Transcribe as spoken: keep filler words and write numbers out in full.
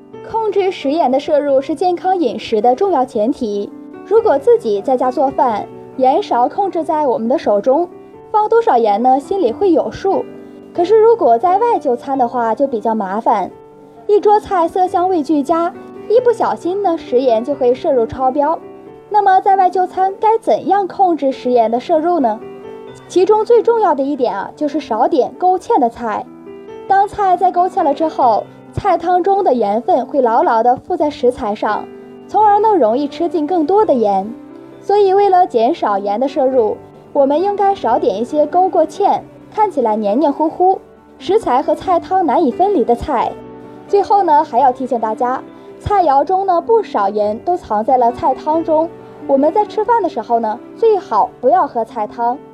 控制食盐的摄入是健康饮食的重要前提。如果自己在家做饭，盐勺控制在我们的手中，放多少盐呢，心里会有数。可是如果在外就餐的话，就比较麻烦。一桌菜色香味俱佳，一不小心呢，食盐就会摄入超标。那么在外就餐该怎样控制食盐的摄入呢？其中最重要的一点啊，就是少点勾芡的菜。当菜在勾芡了之后，菜汤中的盐分会牢牢地附在食材上，从而呢容易吃进更多的盐。所以为了减少盐的摄入，我们应该少点一些勾过芡，看起来黏黏糊糊，食材和菜汤难以分离的菜。最后呢，还要提醒大家，菜肴中呢不少盐都藏在了菜汤中，我们在吃饭的时候呢，最好不要喝菜汤，